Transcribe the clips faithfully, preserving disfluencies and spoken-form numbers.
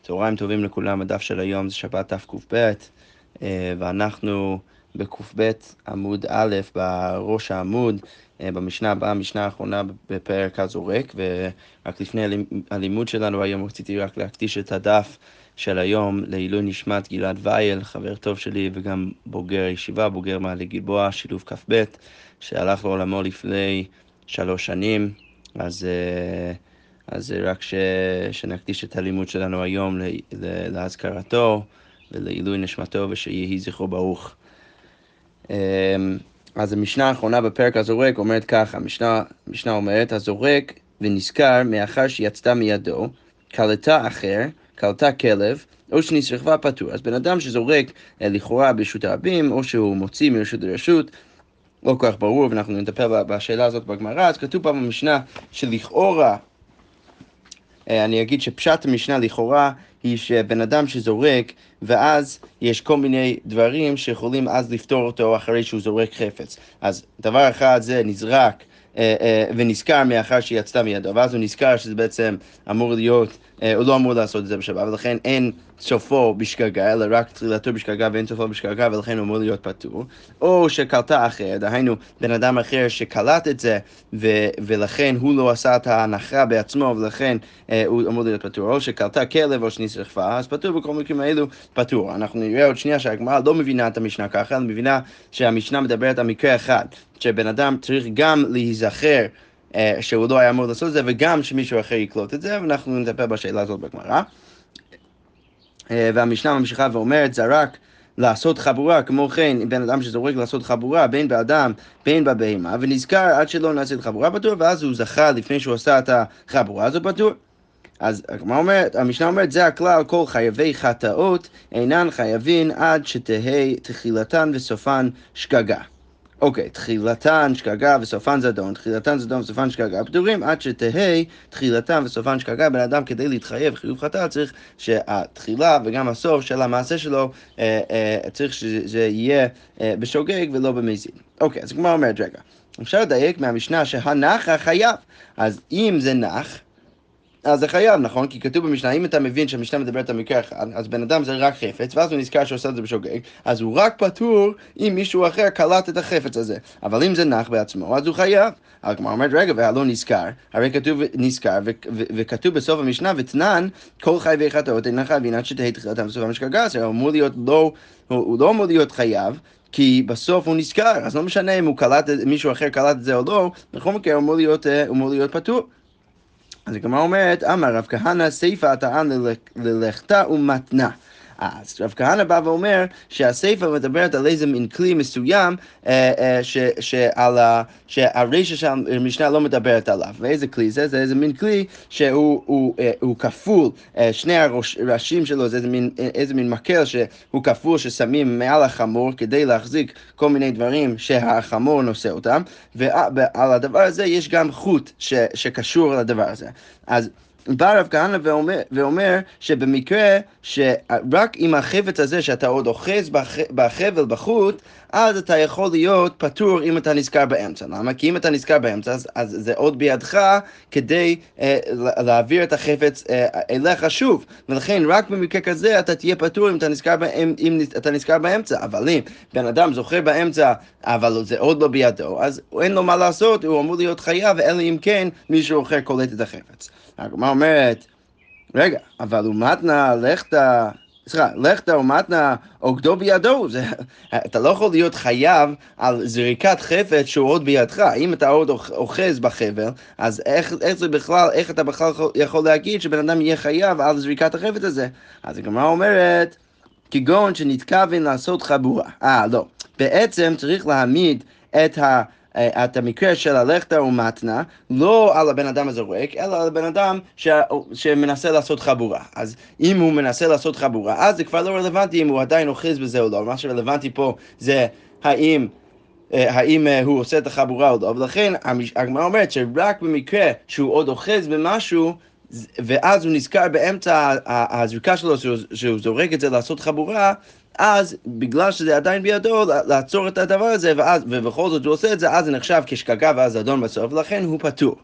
צהריים טובים לכולם, הדף של היום זה שבת תק"ב, ואנחנו בק"ב עמוד א' בראש העמוד, במשנה הבאה, המשנה האחרונה בפרק הזורק, ורק לפני הלימוד שלנו היום רציתי רק להקדיש את הדף של היום לעילוי נשמת גלעד וייל, חבר טוב שלי וגם בוגר ישיבה, בוגר מעלה גלבוע, שילוב כ"ב, שהלך לעולמו לפני שלוש שנים, אז... אז רק ש... שנקדיש את הלימוד שלנו היום לה... להזכרתו ולעילוי נשמתו ושיהי זכרו ברוך. אז המשנה האחרונה בפרק הזורק אומרת ככה, המשנה, המשנה אומרת, הזורק ונזכר מאחר שיצתה מידו, קלטה אחר, קלטה כלב, או שנשרפה פטור. אז בן אדם שזורק לכאורה ברשות הרבים, או שהוא מוציא מרשות לרשות, לא כל כך ברור, ואנחנו נטפל בשאלה הזאת בגמרא, אז כתוב פעם במשנה שלכאורה, אני אגיד שפשט המשנה לכאורה היא שבן אדם שזורק ואז יש כל מיני דברים שיכולים אז לפתור אותו אחרי שהוא זורק חפץ. אז דבר אחד זה נזרק ונזכר מאחר שיצא מידו, ואז הוא נזכר שזה בעצם אמור להיות, הוא לא אמור לעשות את זה בשבת, ולכן אין סופו בשגגה, אלא רק תחילתו בשגגה ואין סופו בשגגה, ולכן הוא אמור להיות פטור. או שקלטה אחר, דהיינו בן אדם אחר שקלט את זה, ו- ולכן הוא לא עשה את ההנחה בעצמו, ולכן אה, הוא אמור להיות פטור. או שקלטה כלב או שנשרפה, אז פטור בכל מקרים האלו פטור. אנחנו נראה עוד שנייה שהגמרא לא מבינה את המשנה ככה, אלא מבינה שהמשנה מדברת על מקרה אחד, שבן אדם צריך גם להיזכר שהוא לא היה אמור לעשות את זה, וגם שמישהו אחר יקלוט את זה, ואנחנו נטפל בשאלה הזאת בגמרא. והמשנה ממשיכה ואומרת, זרק לעשות חבורה, כמו כן, בן אדם שזורק לעשות חבורה, בין באדם, בין בבהמה, ונזכר עד שלא נעשה את חבורה פטור, ואז הוא זכה לפני שהוא עשה את החבורה הזו פטור. אז אומרת, המשנה אומרת, זה הכלל, כל חייבי חטאות אינן חייבים עד שתהי תחילתן וסופן שגגה. אוקיי, תחילתן שגגה וסופן זדון, תחילתן זדון וסופן שגגה, פטורים עד שתהי תחילתן וסופן שגגה. בן אדם כדי להתחייב חיוב חטאת צריך שהתחילה וגם הסוף של המעשה שלו אה, אה, צריך שזה יהיה אה, בשוגג ולא במזיד. אוקיי, אז כמו אומרת, רגע, אפשר לדייק מהמשנה שהנח חייב, אז אם זה נח, אז זה חייב, נכון? כי כתוב במשנה, אם אתה מבין שהמשנה מדברת על מקרה אחד, אז בן אדם זה רק חפץ, ואז הוא נזכר שעושה את זה בשוגג, אז הוא רק פטור אם מישהו אחר קלט את החפץ הזה. אבל אם זה נח בעצמו, אז הוא חייב. הגמרא אומרת, רגע, והלא נזכר, הרי כתוב נזכר, וכתוב בסוף המשנה, ותנן, כל חייבי חטאות אינן חייבים עד שתהי תחילתם וסופם בשגגה, אז הוא אמור להיות לא, הוא לא אמור להיות חייב, כי בסוף הוא נזכר, אז לא משנה אם הוא קלט, מישהו אחר קלט את זה או לא, בכל מקרה הוא אמור להיות, הוא אמור להיות פטור. אז הגמרא אומרת, אמר רב כהנא סיפא טען ללכתה ומתנה. אז רב כהנא בא ואומר שהסיפא מדברת על איזה מין כלי מסוים שהרישא של המשנה לא מדברת עליו. ואיזה כלי זה? זה איזה מין כלי שהוא כפול, שני הראשים שלו זה איזה מין מקל שהוא כפול ששמים מעל החמור כדי להחזיק כל מיני דברים שהחמור נושא אותם, ועל הדבר הזה יש גם חוט שקשור לדבר הזה. אז בא רב כהנא ואומר, ואומר שבמקרה שרק עם החפץ הזה שאתה עוד אוחז בחבל בחוט, אז אתה יכול להיות פטור אם אתה נזכר באמצע. למה? כי אם אתה נזכר באמצע, אז, אז זה עוד בידך כדי אה, להעביר את החפץ אה, אליך שוב. ולכן רק במקרה כזה אתה תהיה פטור אם אתה נזכר, אם, אם אתה נזכר באמצע. אבל אם בן אדם זוכר באמצע, אבל זה עוד לא בידו, אז אין לו מה לעשות, הוא אמור להיות חייב, אלא אם כן מישהו אחר קולט את החפץ. הגמרא אומרת, רגע, אבל ומתנה לכתה, סליחה, לכתה ומתנה עוקדו בידו, זה, אתה לא יכול להיות חייב על זריקת חפץ שהוא עוד בידך. אם אתה עוד אוחז בחבל, אז איך, איך זה בכלל, איך אתה בכלל יכול להגיד שבן אדם יהיה חייב על זריקת החפץ הזה? אז הגמרא אומרת, כגון שנתכוון לעשות חבורה. אה, לא. בעצם צריך להעמיד את ה... את המקרה של הלכתה ומתנה, לא על הבן אדם הזורק, אלא על הבן אדם ש... שמנסה לעשות חבורה. אז אם הוא מנסה לעשות חבורה, אז זה כבר לא רלוונטי אם הוא עדיין אוחז בזה או לא. מה שרלוונטי פה זה האם, האם הוא עושה את החבורה או לא. ולכן הגמרא אומרת שרק במקרה שהוא עוד אוחז במשהו, ואז הוא נזכר באמצע הזריקה שלו שהוא זורק את זה לעשות חבורה, אז בגלל שזה עדיין בידו לעצור את הדבר הזה, ואז, ובכל זאת הוא עושה את זה, אז זה נחשב כשגגה ואז זדון בסוף, ולכן הוא פטור.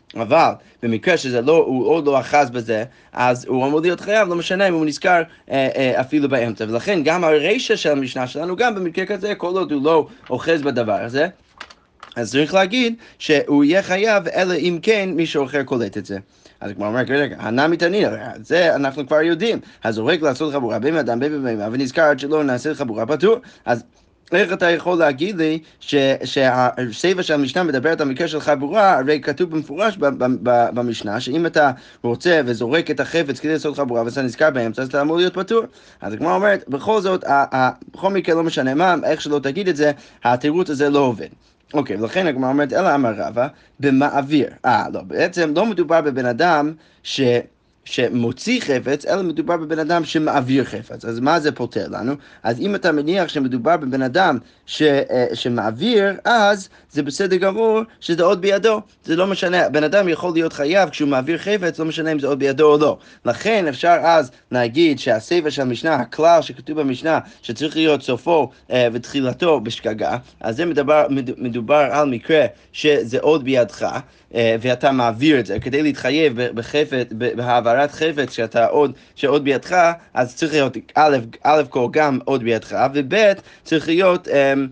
אבל במקרה שזה לא, הוא עוד לא אחז בזה, אז הוא אמור להיות חייב, לא משנה אם הוא נזכר אה, אה, אפילו באמצע. ולכן גם הרשע של המשנה שלנו, גם במקרה כזה, כל עוד הוא לא אוחז בדבר הזה, אז צריך להגיד שהוא יהיה חייב, אלא אם כן מישהו אחר קולט את זה. אז כמו אומר, רגע, הנמי תנינא, זה אנחנו כבר יודעים. הזורק לעשות חבורה בין אדם בין בהמה, ונזכר עד שלא נעשה חבורה פטור. אז איך אתה יכול להגיד לי שהספר של המשנה מדברת על מקרה של חבורה, הרי כתוב במפורש במשנה, שאם אתה רוצה וזורק את החפץ כדי לעשות חבורה ואתה נזכר באמצע, אז אתה אמור להיות פטור. אז כמו אומרת, בכל זאת, בכל מקרה לא משנה מה, איך שלא תגיד את זה, התירוץ הזה לא עובד. אוקיי, ולכן הגמרא אומרת, אלא אמר רבא, במעביר. אה, לא, בעצם לא מדובר בבן אדם ש... שמוציא חפץ, אלא מדובר בבן אדם שמעביר חפץ. אז מה זה פותר לנו? אז אם אתה מניח שמדובר בבן אדם ש, שמעביר, אז זה בסדר גמור שזה עוד בידו. זה לא משנה, בן אדם יכול להיות חייב כשהוא מעביר חפץ, לא משנה אם זה עוד בידו או לא. לכן אפשר אז להגיד שהספר של המשנה, הכלל שכתוב במשנה, שצריך להיות סופו אה, ותחילתו בשגגה, אז זה מדובר, מדובר על מקרה שזה עוד בידך, ואתה מעביר את זה, כדי להתחייב בחפץ, בהעברת חפץ שאתה עוד, שעוד בידך, אז צריך להיות א', א' כל גם עוד בידך, וב' צריך להיות,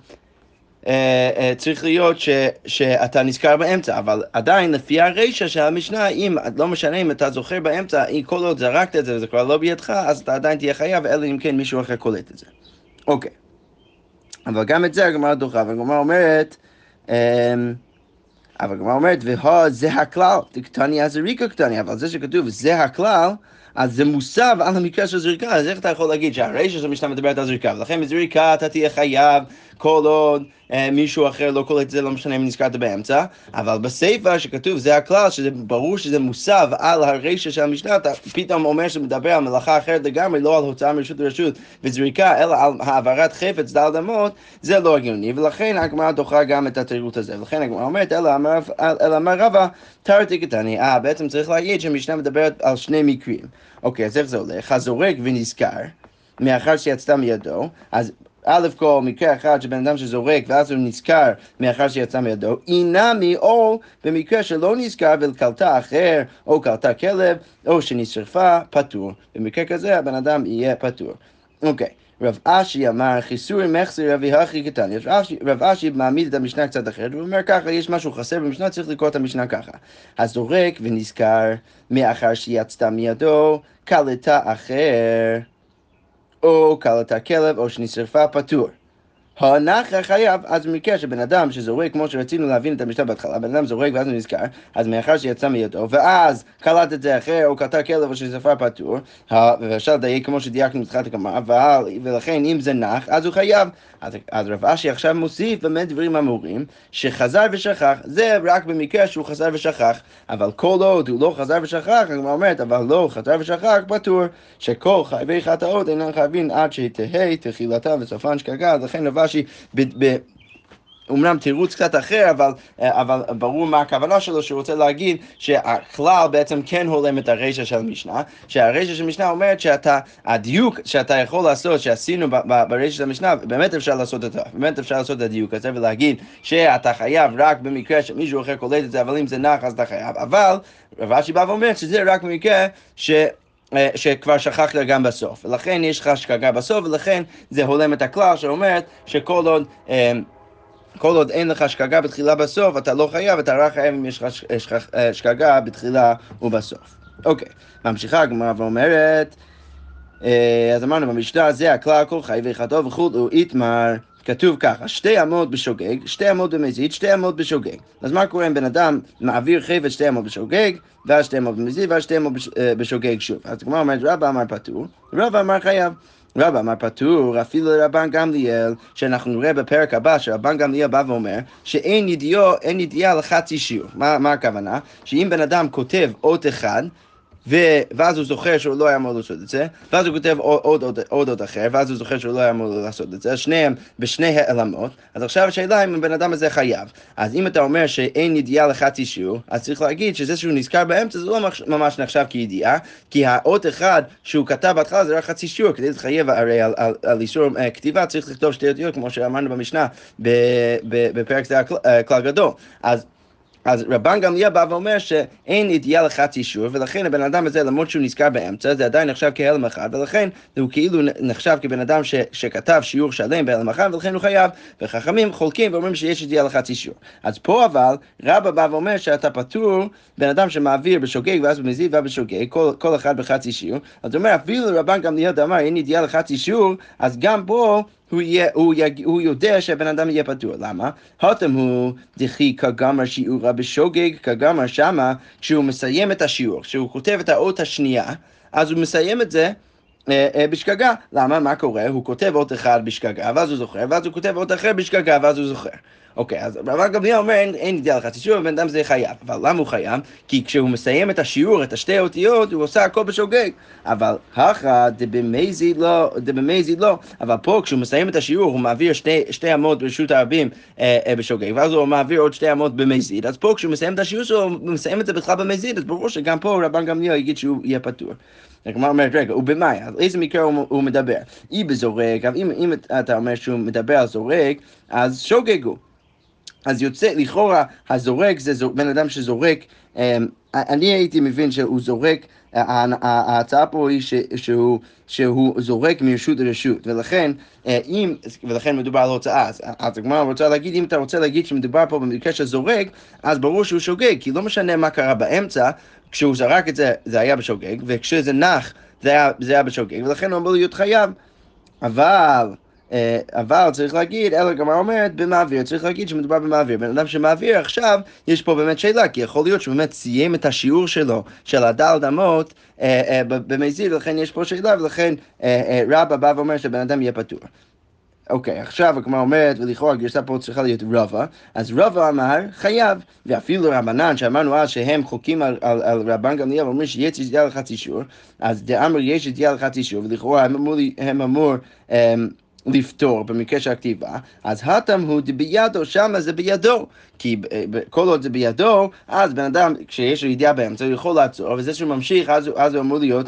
צריך להיות ש, שאתה נזכר באמצע, אבל עדיין לפי הרשע של המשנה, אם, לא משנה אם אתה זוכר באמצע, אם כל עוד זרקת את זה וזה כבר לא בידך, אז אתה עדיין תהיה חייב, אלא אם כן מישהו אחר קולט את זה. אוקיי. אבל גם את זה הגמרא דוחה, והגמרא אומרת, אבל הגמרא אומרת, והו, זה הכלל, תקטני הזריקה קטני, אבל זה שכתוב, זה הכלל, אז זה מוסב על המקרה של זריקה, אז איך אתה יכול להגיד שהרשע של המשנה מדברת על זריקה, ולכן בזריקה אתה תהיה חייב כל עוד אה, מישהו אחר לא קולט את זה, לא משנה אם נזכרת באמצע, אבל בספר שכתוב, זה הכלל, שזה ברור שזה מוסב על הרשע של המשנה, אתה פתאום אומר שמדבר על מלאכה אחרת לגמרי, לא על הוצאה מרשות לרשות וזריקה, אלא על העברת חפץ דל אדמות, זה לא הגיוני, ולכן הגמרא דוחה גם את התירוץ הזה, ולכן הגמרא אומרת, אלא אמר, אלא אמר רבא, תרתי קטני, אה, בעצם צריך להגיד שהמשנה מדברת על שני מקרים. אוקיי, אז איך זה הולך? הזורק ונזכר, מאחר שיצא מידו, אז א' כל מקרה אחד שבן אדם שזורק ואז הוא נזכר מאחר שיצא מידו, אינמי או במקרה שלא נזכר ולקלטה אחר או קלטה כלב או שנשרפה, פטור. במקרה כזה הבן אדם יהיה פטור. אוקיי. רב אשי אמר חיסורי מחסיר רבי הכי קטן. רב אשי מעמיד את המשנה קצת אחרת, הוא אומר ככה, יש משהו חסר במשנה, צריך לקרוא את המשנה ככה. הזורק ונזכר מאחר שיצא מידו, קלטה אחר או קלטה כלב או שנשרפה, פטור. הנחה חייב, אז במקרה שבן אדם שזורק, כמו שרצינו להבין את המשנה בהתחלה, בן אדם זורק ואז הוא נזכר, אז מאחר שיצא מידו, ואז קלט את זה אחר, או קלטה כלב או שנשרפה, פטור, ואפשר לדייק כמו שדייקנו בתחילת הגמרא, אבל, ולכן אם זה נח, אז הוא חייב. אז, אז רב אשי עכשיו מוסיף באמת דברים אמורים, שחזר ושכח, זה רק במקרה שהוא חזר ושכח, אבל כל עוד הוא לא חזר ושכח, הגמרא אומרת, אבל לא חזר ושכח, פטור, שכל חייבי חטאות אינם חייבים עד שתהא תחילתם וסופן שגגה, אז לכן רב אשי ב... ב אומנם תירוץ קצת אחר, אבל, אבל ברור מה הכוונה שלו, שהוא רוצה להגיד שהכלל בעצם כן הולם את הרשע של המשנה, שהרשע של המשנה אומרת שאתה, הדיוק שאתה יכול לעשות, שעשינו ברשע של המשנה, באמת אפשר לעשות אותו, באמת אפשר לעשות את הדיוק הזה, ולהגיד שאתה חייב רק במקרה שמישהו אחר קולט את זה, אבל אם זה נח אז אתה חייב, אבל רב אשי בא ואומר שזה רק במקרה ש... שכבר שכחת גם בסוף, ולכן יש לך שגגה בסוף, ולכן זה הולם את הכלל שאומרת שכל עוד כל עוד אין לך שגגה בתחילה בסוף, אתה לא חייב, אתה רק חייב אם יש לך שגגה בתחילה ובסוף. אוקיי, ממשיכה הגמרא ואומרת, אז אמרנו במשנה הזה, הכלל כל חייבי חטא וכו' איתמר, כתוב ככה, שתי אמות בשוגג, שתי אמות במזיד, שתי אמות בשוגג. אז מה קורה אם בן אדם מעביר חפץ שתי אמות בשוגג, ואז שתי אמות במזיד, ואז שתי אמות בשוגג שוב. אז הגמרא אומרת, רבא אמר פטור, רבא אמר חייב. רבא אמר פטור, אפילו לרבן גמליאל, שאנחנו נראה בפרק הבא, שרבן גמליאל בא ואומר, שאין ידיעה, אין ידיעה לחצי שיעור. מה, מה הכוונה? שאם בן אדם כותב אות אחד, ואז הוא זוכר שהוא לא היה אמור לעשות את זה, ואז הוא כותב עוד עוד עוד עוד אחר, ואז הוא זוכר שהוא לא היה אמור לעשות את זה, שניהם בשני העלמות, אז עכשיו השאלה אם הבן אדם הזה חייב. אז אם אתה אומר שאין ידיעה לחצי שיעור, אז צריך להגיד שזה שהוא נזכר באמצע, זה לא ממש נחשב כידיעה, כי האות אחד שהוא כתב בהתחלה זה רק חצי שיעור, כדי להתחייב הרי על, על, על איסור כתיבה, צריך לכתוב שתי אותיות, כמו שאמרנו במשנה, בפרק זה הכלל גדול. אז אז רבן גמליאל בא ואומר שאין אידיאל לחצי שיעור, ולכן הבן אדם הזה, למרות שהוא נזכר באמצע, זה עדיין נחשב כהלם אחד, ולכן הוא כאילו נחשב כבן אדם ש, שכתב שיעור שלם בהלם אחד, ולכן הוא חייב, וחכמים חולקים ואומרים שיש אידיאל לחצי שיעור. אז פה אבל, רבא בא ואומר שאתה פטור, בן אדם שמעביר בשוגג ואז במזיד ובשוגג, כל, כל אחד בחצי שיעור, אז הוא אומר, אפילו רבן גמליאל אמר, אין אידיאל לחצי שיעור, אז גם פה, הוא, יהיה, הוא, יג, הוא יודע שהבן אדם יהיה פטור. למה? הותם הוא דחי כגמר שיעורה בשוגג, כגמר שמה, כשהוא מסיים את השיעור, כשהוא כותב את האות השנייה, אז הוא מסיים את זה אה, אה, בשגגה. למה? מה קורה? הוא כותב אות אחד בשגגה, ואז הוא זוכר, ואז הוא כותב אות אחר בשגגה, ואז הוא זוכר. אוקיי, אז רבן גמליאל אומר, אין, אין אידיאל לחצי שיעור, בן אדם זה חייב. אבל למה הוא חייב? כי כשהוא מסיים את השיעור, את השתי האותיות, הוא עושה הכל בשוגג. אבל הכא דבמזיד לא, דבמזיד לא. אבל פה, כשהוא מסיים את השיעור, הוא מעביר שתי, שתי אמות ברשות הרבים אה, אה, בשוגג, ואז הוא מעביר עוד שתי אמות במזיד. אז פה, כשהוא מסיים את השיעור שלו, הוא מסיים את זה בכלל במזיד, אז ברור שגם פה רבן גמליאל יגיד שהוא יהיה פטור. הגמרא אומרת, רגע, הוא במאי, על איזה מקרה הוא, הוא מדבר? אי בזורק, אבל אם, אם אתה אומר שהוא מדבר על זורק, אז שוגגו. אז יוצא, לכאורה, הזורק זה בן אדם שזורק, אני הייתי מבין שהוא זורק, ההצעה פה היא שהוא, שהוא זורק מרשות לרשות, ולכן, אם, ולכן מדובר על הוצאה, אז הגמרא רוצה להגיד, אם אתה רוצה להגיד שמדובר פה במקרה של זורק, אז ברור שהוא שוגג, כי לא משנה מה קרה באמצע, כשהוא זרק את זה, זה היה בשוגג, וכשזה נח, זה היה, זה היה בשוגג, ולכן הוא אמור להיות חייב, אבל... אבל צריך להגיד, אלא גמרא אומרת, במעביר, צריך להגיד שמדובר במעביר. בן אדם שמעביר עכשיו, יש פה באמת שאלה, כי יכול להיות שהוא באמת סיים את השיעור שלו, של הדלת אמות, במזיד, ולכן יש פה שאלה, ולכן רבא בא ואומר שבן אדם יהיה פטור. אוקיי, עכשיו הגמרא אומרת, ולכאורה הגרסה פה צריכה להיות רבא, אז רבא אמר חייב, ואפילו רבנן שאמרנו אז שהם חוקים על, על, על רבן גמליאל, ואומרים שיש אידיאל לחצי שיעור, אז דאמר יש אידיאל לחצי שיעור, ולכאורה הם אמור, הם אמור לפתור במקרה של הכתיבה, אז התם הוא בידו, שמה זה בידו, כי כל עוד זה בידו, אז בן אדם, כשיש לו ידיעה באמצע, הוא יכול לעצור, וזה שהוא ממשיך, אז, אז הוא אמור להיות,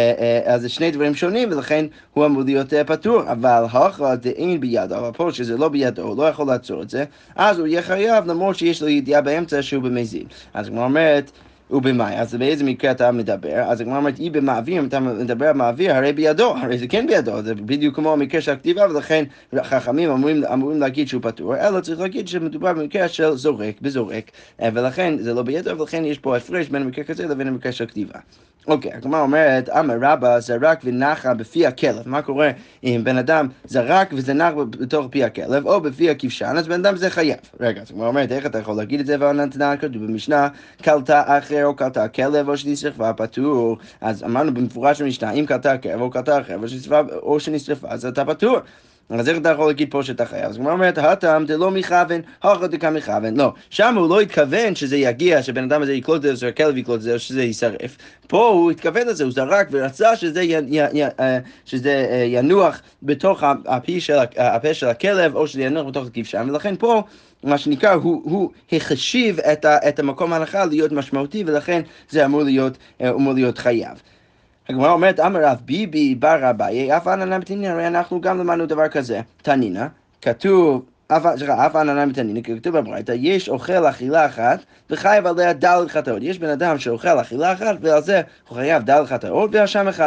אז זה שני דברים שונים, ולכן הוא אמור להיות פטור, אבל הכא דאין בידו, אבל פה שזה לא בידו, הוא לא יכול לעצור את זה, אז הוא יהיה חייב, למרות שיש לו ידיעה באמצע שהוא במזיד. אז כמו אומרת, ובמאי, אז באיזה מקרה אתה מדבר? אז הגמרא אומרת, אי במעביר, אם אתה מדבר על מעביר, הרי בידו, הרי זה כן בידו, זה בדיוק כמו המקרה של הכתיבה, ולכן חכמים אמורים, אמורים להגיד שהוא פטור, אלא צריך להגיד שמדובר במקרה של זורק, בזורק, ולכן זה לא בידו, ולכן יש פה הפרש בין המקרה כזה לבין המקרה של הכתיבה. אוקיי, הגמרא אומרת, אמר רבא זרק ונחה בפי הכלב. מה קורה אם בן אדם זרק וזנח בתוך פי הכלב, או בפי הכבשן, אז בן אדם זה חייב. רגע, אז הגמרא אומרת, איך אתה יכול להגיד את זה? וענתנא כתוב במשנה, קלטה אחר או קלטה הכלב או שנשרפה פטור. אז אמרנו במפורש במשנה, אם קלטה הכלב או קלטה אחר או שנשרפה, אז אתה פטור. אז איך אתה יכול להגיד פה שאתה חייב? אז כמו אומרת, הטעם דלא מכוון, הכא דקא מכוון. לא, שם הוא לא התכוון שזה יגיע, שבן אדם הזה יקלוט את זה, או הכלב יקלוט את זה, או שזה יישרף. פה הוא התכוון לזה, הוא זרק ורצה שזה, י, י, י, שזה ינוח בתוך הפה של, הפה של הכלב, או שזה ינוח בתוך הכבשן, ולכן פה, מה שנקרא, הוא, הוא החשיב את, ה, את המקום ההנחה להיות משמעותי, ולכן זה אמור להיות, אמור להיות חייב. הגמרא אומרת, אמר רב ביבי בר אביי, אף עננא מתנינא, הרי אנחנו גם למדנו דבר כזה. תנינא, כתוב, אף עננא מתנינא, כתוב בברייתא, יש אוכל אכילה אחת וחייב עליה דל חטאות. יש בן אדם שאוכל אכילה אחת ועל זה הוא חייב דל חטאות ואשם אחד.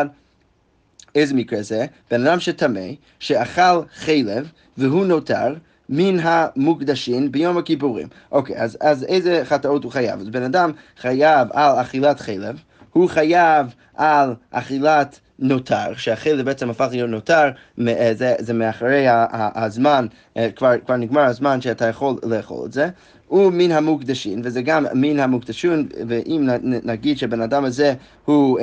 איזה מקרה זה? בן אדם שטמא, שאכל חלב והוא נותר, מן המוקדשים ביום הכיפורים. אוקיי, אז, אז איזה חטאות הוא חייב? אז בן אדם חייב על אכילת חלב, הוא חייב על אכילת נותר, שהחלב בעצם הפך להיות נותר, זה, זה מאחרי הזמן, כבר, כבר נגמר הזמן שאתה יכול לאכול את זה, ומן המוקדשים, וזה גם מן המוקדשים, ואם נגיד שבן אדם הזה הוא...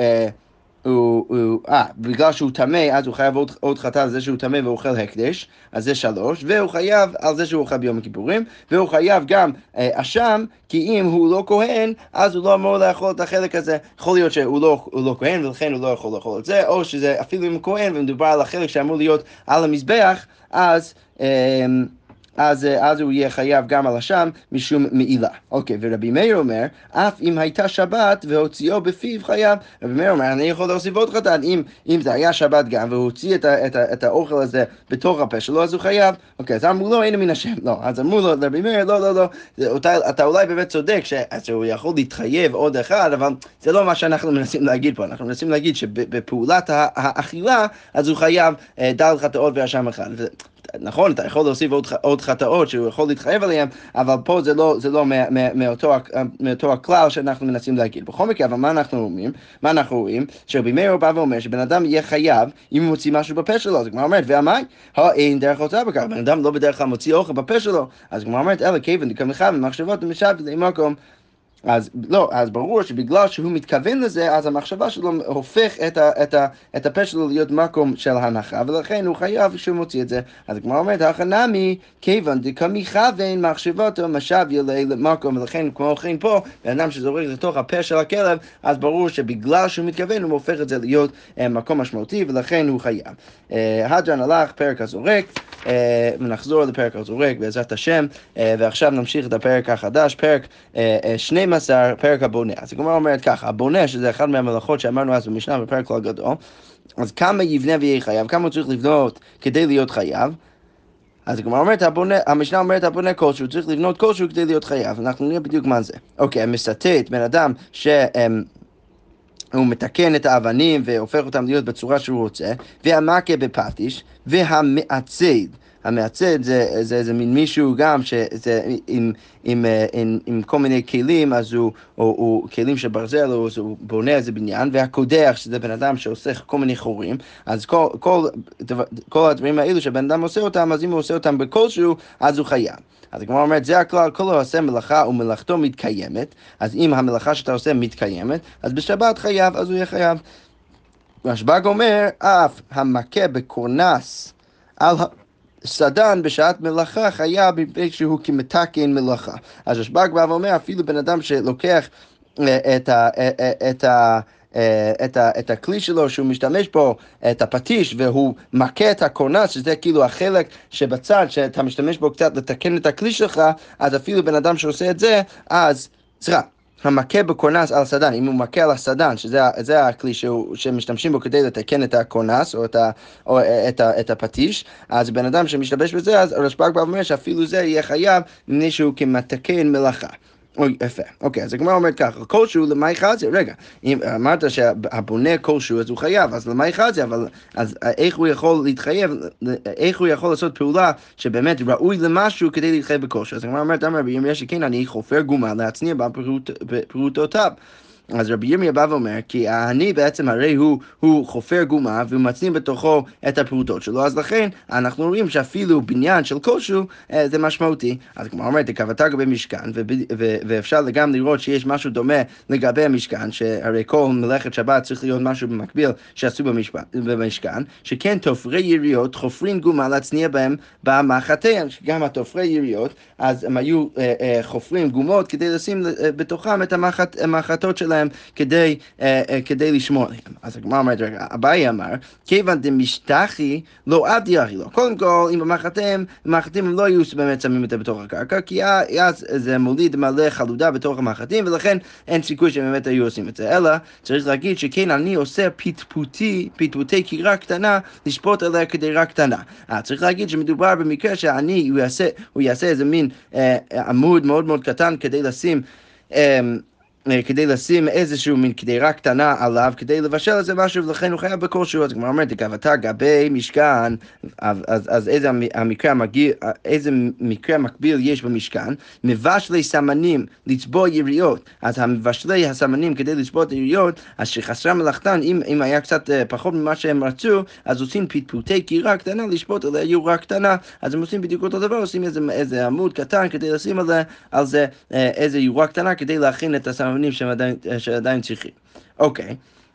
הוא, הוא, אה, בגלל שהוא טמא, אז הוא חייב עוד, עוד חטא על זה שהוא טמא ואוכל הקדש, אז זה שלוש, והוא חייב על זה שהוא אוכל ביום הכיפורים, והוא חייב גם אה, אשם, כי אם הוא לא כהן, אז הוא לא אמור לאכול את החלק הזה. יכול להיות שהוא לא, הוא לא כהן, ולכן הוא לא יכול לאכול את זה, או שזה אפילו אם הוא כהן, ומדובר על החלק שאמור להיות על המזבח, אז... אה, אז, אז הוא יהיה חייב גם על השם משום מעילה. אוקיי, ורבי מאיר אומר, אף אם הייתה שבת והוציאו בפיו חייב. רבי מאיר אומר, אני יכול להוסיף עוד חטאת, אם, אם זה היה שבת גם, והוא הוציא את, ה, את, ה, את האוכל הזה בתוך הפה שלו, אז הוא חייב. אוקיי, אז אמרו לו, אין מן השם. לא, אז אמרו לו, לרבי מאיר, לא, לא, לא, זה, אתה, אתה אולי באמת צודק שהוא יכול להתחייב עוד אחד, אבל זה לא מה שאנחנו מנסים להגיד פה. אנחנו מנסים להגיד שבפעולת האכילה, אז הוא חייב דל חטאות ואשם אחד. נכון, אתה יכול להוסיף עוד, עוד חטאות שהוא יכול להתחייב עליהן, אבל פה זה לא, זה לא מה, מה, מאותו, מאותו הכלל שאנחנו מנסים להגיד. בכל מקרה, אבל מה אנחנו רואים? מה אנחנו רואים? שרבי מאיר בא ואומר שבן אדם יהיה חייב אם הוא מוציא משהו בפה שלו. אז הגמרא אומרת, והמאי? אין דרך הוצאה בכך. בן אדם לא בדרך כלל מוציא אוכל בפה שלו. אז הגמרא אומרת, אלא כיוון דקמך במחשבות ומשבת למקום. אז לא, אז ברור שבגלל שהוא מתכוון לזה, אז המחשבה שלו הופך את, ה, את, ה, את הפה שלו להיות מקום של הנחה, ולכן הוא חייב שהוא מוציא את זה. אז כמו אומרת, הכנמי, כיוון דקמיכוון מחשבתו משב ילי למקום, ולכן כמו כן פה, בן אדם שזורק לתוך הפה של הכלב, אז ברור שבגלל שהוא מתכוון, הוא הופך את זה להיות uh, מקום משמעותי, ולכן הוא חייב. Uh, הדרן הלך, פרק הזורק, uh, ונחזור לפרק הזורק בעזרת השם, uh, ועכשיו נמשיך את הפרק החדש, פרק uh, uh, שנים עשר, פרק הבונה. אז הגמרא אומרת ככה, הבונה, שזה אחד מהמלאכות שאמרנו אז במשנה בפרק כלל גדול, אז כמה יבנה ויהיה חייב, כמה הוא צריך לבנות כדי להיות חייב? אז הגמרא אומרת, הבונה, המשנה אומרת, הבונה כלשהו, צריך לבנות כלשהו כדי להיות חייב. אנחנו נראה בדיוק מה זה. אוקיי, המסטט, בן אדם ש... הוא מתקן את האבנים והופך אותם להיות בצורה שהוא רוצה, והמכה בפטיש, והמעצד. המעצד זה, זה, זה מין מישהו גם שזה עם, עם, עם, עם כל מיני כלים, אז הוא, הוא, הוא כלים של ברזל, אז הוא בונה איזה בניין, והקודח, שזה בן אדם שעושה כל מיני חורים, אז כל, כל, כל הדברים האלו שבן אדם עושה אותם, אז אם הוא עושה אותם בכלשהו, אז הוא חייב. אז כמו אומרת, זה הכלל, כל העושה מלאכה ומלאכתו מתקיימת, אז אם המלאכה שאתה עושה מתקיימת, אז בשבת חייב, אז הוא יהיה חייב. רשב"ג אומר, אף המכה בקורנס על סדן בשעת מלאכה חייב מפני שהוא כמתקן מלאכה. אז רשב"ג בא ואומר, אפילו בן אדם שלוקח את ה... את ה את, ה, את הכלי שלו שהוא משתמש בו, את הפטיש, והוא מכה את הקורנס, שזה כאילו החלק שבצד, שאתה משתמש בו קצת לתקן את הכלי שלך, אז אפילו בן אדם שעושה את זה, אז, סליחה, המכה בקורנס על סדן, אם הוא מכה על הסדן, שזה הכלי שהוא, שמשתמשים בו כדי לתקן את הקורנס, או, את, ה, או את, ה, את הפטיש, אז בן אדם שמשתמש בזה, אז רשב"ג בא ואומר שאפילו זה יהיה חייב, מפני שהוא כמתקן מלאכה. אוי, יפה. אוקיי, אז הגמרא אומרת ככה, כלשהו למאי חזי, רגע, אם אמרת שהבונה כלשהו אז הוא חייב, אז למאי חזי, אבל אז איך הוא יכול להתחייב, איך הוא יכול לעשות פעולה שבאמת ראוי למשהו כדי להתחייב בכלשהו? אז הגמרא אומרת, אמר רבי ירמיה שכן, אני חופר גומה להצניע בפרוטותיו. אז רבי ירמיה בא ואומר, כי העני בעצם הרי הוא, הוא חופר גומה והוא מצנין בתוכו את הפרוטות שלו, אז לכן אנחנו רואים שאפילו בניין של כלשהו אה, זה משמעותי. אז כמו אומרת, הכוונה לגבי משכן, ו- ו- ואפשר גם לראות שיש משהו דומה לגבי המשכן, שהרי כל מלאכת שבת צריך להיות משהו במקביל שעשו במשכן, במשכן, שכן תופרי יריות חופרים גומה להצניע בהם במחתיהם, שגם התופרי יריות, אז הם היו אה, אה, חופרים גומות כדי לשים אה, בתוכם את המחת, המחתות שלהם, כדי, uh, uh, כדי לשמור עליהם. אז הגמרא אומרת, רגע, אביי אמר, כיוון דמשתחי לא עבדי אחי לו. קודם כל, אם במחתיהם, במחתים הם לא היו באמת שמים את זה בתוך הקרקע, כי אז זה מוליד מלא חלודה בתוך המחתים, ולכן אין סיכוי שבאמת היו עושים את זה. אלא צריך להגיד שכן אני עושה פטפוטי, פטפוטי קירה קטנה, לשפוט עליה כדירה קטנה. אז צריך להגיד שמדובר במקרה שאני, הוא יעשה, הוא יעשה איזה מין uh, עמוד מאוד מאוד קטן כדי לשים... Um, כדי לשים איזשהו מין קדירה קטנה עליו, כדי לבשל איזה משהו, ולכן הוא חייב בכלשהו. אז כמו אומרת, גבתה גבי משכן, אז, אז איזה המקרה המגיע, איזה מקרה מקביל יש במשכן, מבשלי סמנים לצבוע יריות. אז המבשלי הסמנים כדי לצבוע את היריות, אז שחסרה מלאכתן, אם, אם היה קצת פחות ממה שהם רצו, אז עושים פטפוטי קירה קטנה לשפוט עליה יורה קטנה, אז הם עושים בדיוק אותו דבר, עושים איזה, איזה עמוד קטן כדי לשים על זה, על זה איזה יורה קטנה, כדי להכין את הסמנים שהם עדיין, שעדיין צריכים. אוקיי,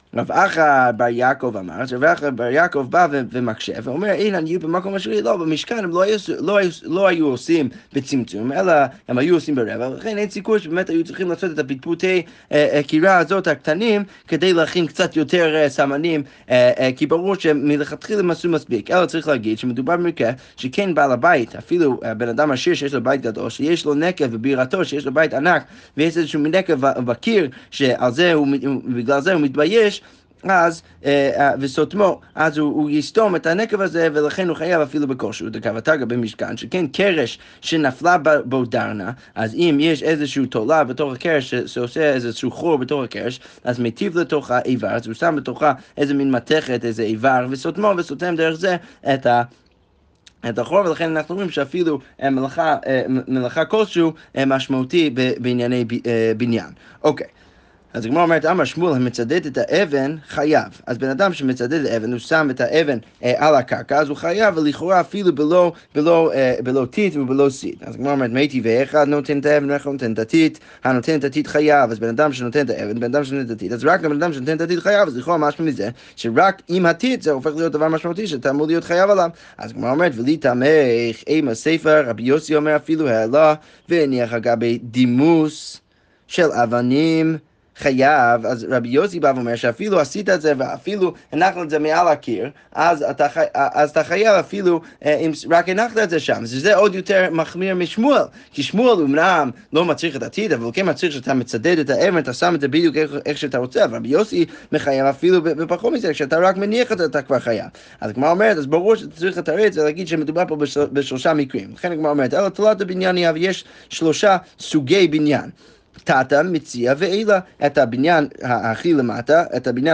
רב אחא בר יעקב אמר, רב אחא בר יעקב בא ומקשה, ואומר, אילן יהיו במקום השביעי, לא, במשכן הם לא היו, לא, היו, לא היו עושים בצמצום, אלא הם היו עושים ברבע, ולכן אין סיכוי שבאמת היו צריכים לעשות את הפטפוטי קירה הזאת הקטנים, כדי להכין קצת יותר סמנים, כי ברור שמלכתחילה הם עשו מספיק, אלא צריך להגיד שמדובר במקרה שכן בעל הבית, אפילו בן אדם עשיר שיש לו בית גדול, שיש לו נקב בבירתו, שיש לו בית ענק, ויש איזשהו נקב בקיר, שעל זה הוא, בגלל זה הוא מתבייש, אז, וסותמו, אז הוא, הוא יסתום את הנקב הזה, ולכן הוא חייב אפילו בכושר. דקבתא גבי משכן, שכן קרש שנפלה בו דרנה, אז אם יש איזשהו תולה בתוך הקרש, שעושה איזשהו חור בתוך הקרש, אז מטיב לתוך האיבר, אז הוא שם בתוכה איזה מין מתכת, איזה איבר, וסותמו וסותם דרך זה את ה... את החור, ולכן אנחנו רואים שאפילו מלאכה, מלאכה כלשהו משמעותי בענייני בניין. אוקיי. אז הגמרא אומרת, אמר שמואל, המצדד את האבן, חייב. אז בן אדם שמצדד את האבן, הוא שם את האבן אה, על הקרקע, אז הוא חייב, ולכאורה אפילו בלא, בלא, אה, בלא טיט ובלא סיד. אז הגמרא אומרת, מי טבעי אחד נותן את האבן, ואחד נותן את הטיט, הנותן את הטיט חייב. אז בן אדם שנותן את האבן, בן אדם שנותן את הטיט, אז רק לבן אדם שנותן את הטיט חייב, אז לכאורה משמע מזה, שרק עם הטיט זה הופך להיות דבר משמעותי, שאתה אמור להיות חייב עליו. אז הגמרא אומרת, ולי תמך, אימה ספר, רבי יוסי אומר אפילו העלה, והניח אגבי דימוס של אבנים, חייב. אז רבי יוסי בא ואומר שאפילו עשית את זה ואפילו הנחנו את זה מעל הקיר, אז אתה, חי... אז אתה חייב אפילו אם רק הנחת את זה שם. זה עוד יותר מחמיר משמואל, כי שמואל אמנם לא מצריך את הטיט, אבל כן מצריך שאתה מצדד את האבן, אתה שם את זה בדיוק איך, איך שאתה רוצה, אבל רבי יוסי מחייב אפילו בפחות מזה, כשאתה רק מניח את זה אתה כבר חייב. אז כמו אומרת, אז ברור שאתה צריך לתרץ ולהגיד שמדובר פה בשל... בשלושה מקרים. לכן כמו אומרת, אלא תולת הבניין היא, יש שלושה סוגי בניין. תתה, מציע ואילה, את הבניין הכי למטה, את הבניין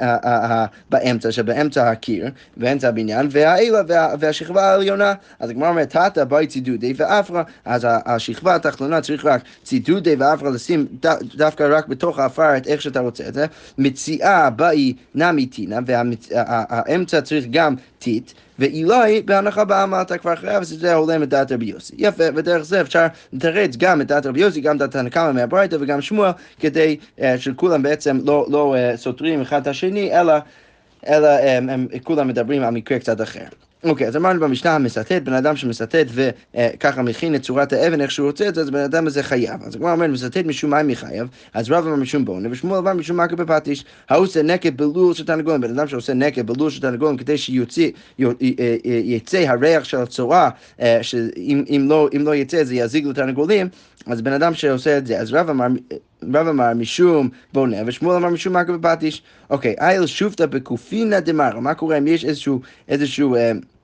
באמצע, שבאמצע הקיר, באמצע הבניין, והאילה והשכבה העליונה. אז הגמרא אומרת, תתה באי צידודי ואפרה, אז השכבה התחתונה צריך רק צידודי ואפרה לשים דווקא רק בתוך האפר את איך שאתה רוצה את זה. מציעה באי נמי טינה, והאמצע צריך גם טיט, ואילי בהנחה בעמה אתה כבר חייב, שזה הולם את דעת רבי יוסי. יפה, ודרך זה אפשר לתרץ גם את דעת רבי יוסי, גם דעת הנקמה מהברייתא וגם שמואל, כדי uh, שכולם בעצם לא, לא uh, סותרים אחד את השני, אלא, אלא um, הם כולם מדברים על מקרה קצת אחר. אוקיי, אז אמרנו במשנה המסתת, בן אדם שמסתת וככה מכין את צורת האבן איך שהוא רוצה את זה, אז בן אדם הזה חייב. אז כמו אומר, מסתת משום מים מחייב, אז רב אמר משום בונה, ושמואל אמר משום מכה בפטיש. העושה נקב בלול של תרנגולים, בן אדם שעושה נקב בלול של תרנגולים, כדי שיצא הריח של הצורה, שאם לא, אם לא יצא זה יזיג לתרנגולים, אז בן אדם שעושה את זה, אז רב אמר, רב אמר משום בונה, ושמואל אמר משום מכה בפטיש. אוקיי, איל שופטה בקופינה דמרה, מה קורה אם יש איזשהו, איזשהו,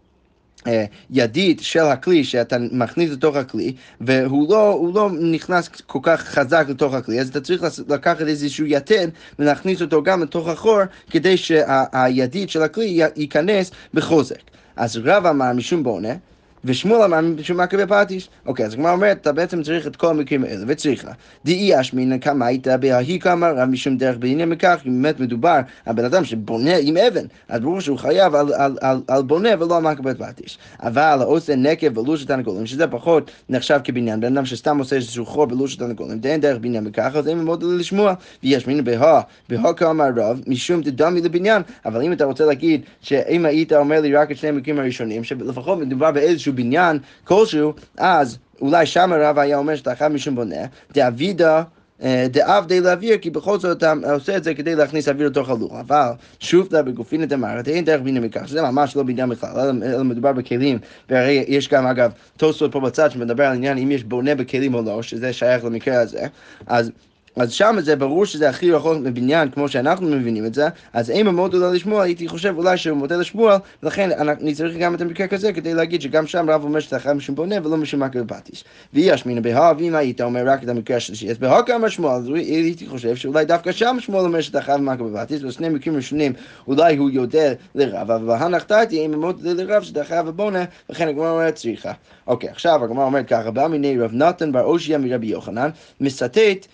ידית של הכלי שאתה מכניס לתוך הכלי, והוא לא, הוא לא נכנס כל כך חזק לתוך הכלי, אז אתה צריך לקחת איזשהו יתד ולהכניס אותו גם לתוך החור, כדי שהידית של הכלי ייכנס בחוזק. אז רב אמר משום בונה, ושמואל אמר משום מכה בפטיש. אוקיי, אז הגמרא אומרת, אתה בעצם צריך את כל המקרים האלה, וצריך לה. דאי אשמינא קמא איתא בהאי קמא רב משום דרך בעניין מכך, אם באמת מדובר על בן אדם שבונה עם אבן, אז ברור שהוא חייב על, על, על, על בונה ולא על מכה בפטיש. אבל עושה נקב בלול של תרנגולים, שזה פחות נחשב כבניין, בן אדם שסתם עושה איזשהו חור בלול של תרנגולים, דאין דרך בעניין מכך, אז אין מאוד לשמוע, וישמינא בהא, בהא קמא רב משום דדמי לבניין. אבל אם אתה רוצה להגיד שאם היית אומר לי רק את שני המקרים הראשונים, שלפחות מדובר באיזשהו בניין כלשהו, אז אולי שם הרב היה אומר שאתה חייב משום בונה, דאבידה, דאבדי לאוויר, כי בכל זאת אתה עושה את זה כדי להכניס אוויר לתוך הלול. אבל שוב דה בגופין את המערת, אין דרך בניין מכך, שזה ממש לא בניין בכלל, אלא מדובר בכלים, והרי יש גם אגב תוספות פה בצד שמדבר על עניין אם יש בונה בכלים או לא, שזה שייך למקרה הזה, אז אז שם זה ברור שזה הכי רחוק מבניין, כמו שאנחנו מבינים את זה, אז אם המודל לא לשמואל, הייתי חושב אולי שהוא מודל לשמואל, ולכן אני צריך גם את המקרה כזה, כדי להגיד שגם שם רב אומר שאתה חייב משום בונה, ולא משום מכה בפטיש. וישמינא בהא, ואם היית אומר רק את המקרה השלישי, אז בהא כאמר שמואל, אז הייתי חושב שאולי דווקא שם שמואל אומר שאתה חייב מכה בפטיש, ושני מקרים ראשונים, אולי הוא יודע לרב, אבל הנחתתי אם המודל לרב שאתה חייב בונה, לכן הגמרא אומרת צריכה. אוקיי, עכשיו הגמרא אומרת ככה, בא מיני רב נתן בר אושיה מרבי יוחנן, מסתת משום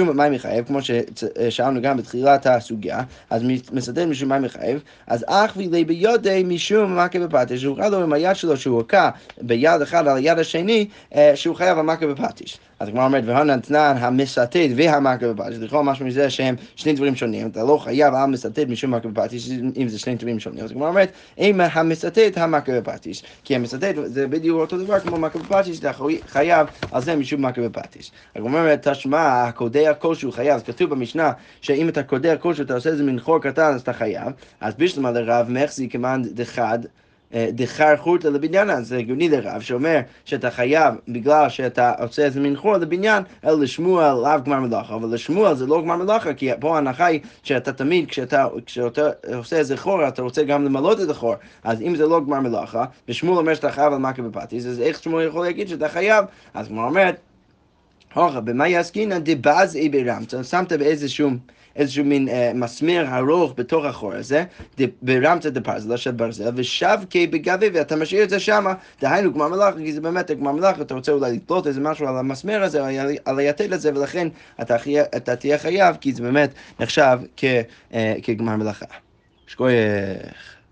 משום מים מחייב, כמו ששאלנו גם בתחילת הסוגיה, אז מסתתר משום מים מחייב, אז אך ולי בידי משום מכה בפטיש, שהוא חייב לו עם היד שלו שהוא הוקע ביד אחד על היד השני, שהוא חייב המכה בפטיש. אז הגמרא אומרת, והנתנן המסתת והמכה בפטיש, לכאורה משהו מזה שהם שני דברים שונים, אתה לא חייב על מסתת משום מכה בפטיש, אם זה שני דברים שונים. אז הגמרא אומרת, אם המסתת המכה בפטיש, כי המסתת זה בדיוק אותו דבר כמו מכה בפטיש, אתה חייב על זה משום מכה בפטיש. הגמרא אומרת, תשמע, הקודח כלשהו חייב, כתוב במשנה שאם אתה קודח כלשהו, אתה עושה איזה מין חור קטן, אז אתה חייב, אז בשלמה לרב מחזיק כמאן דחד, דחר חורתא לבניין, זה הגיוני לרב, שאומר שאתה חייב בגלל שאתה עושה איזה מין חור לבניין, אלא לשמואל לאו גמר מלאכה, אבל לשמואל זה לא גמר מלאכה, כי פה ההנחה היא שאתה תמיד, כשאתה, כשאתה עושה איזה חור, אתה רוצה גם למלות את החור, אז אם זה לא גמר מלאכה, ושמואל אומר שאתה חייב על מכה בפטיש, אז איך שמואל יכול להגיד שאתה חייב? אז כמו אומרת, הוכה, במה יעסקינן דבאז אי ברמצא, שמת באיזשהו איזשהו מין אה, מסמר ארוך בתוך החור הזה, ברמצא דפרזלה של ברזל, ושבקי בגבי, ואתה משאיר את זה שמה, דהיינו גמר מלאכה, כי זה באמת גמר מלאכה, אתה רוצה אולי לתלות איזה משהו על המסמר הזה, או על היתד הזה, ולכן אתה, אתה תהיה חייב, כי זה באמת נחשב כ, אה, כגמר מלאכה. שכוייך.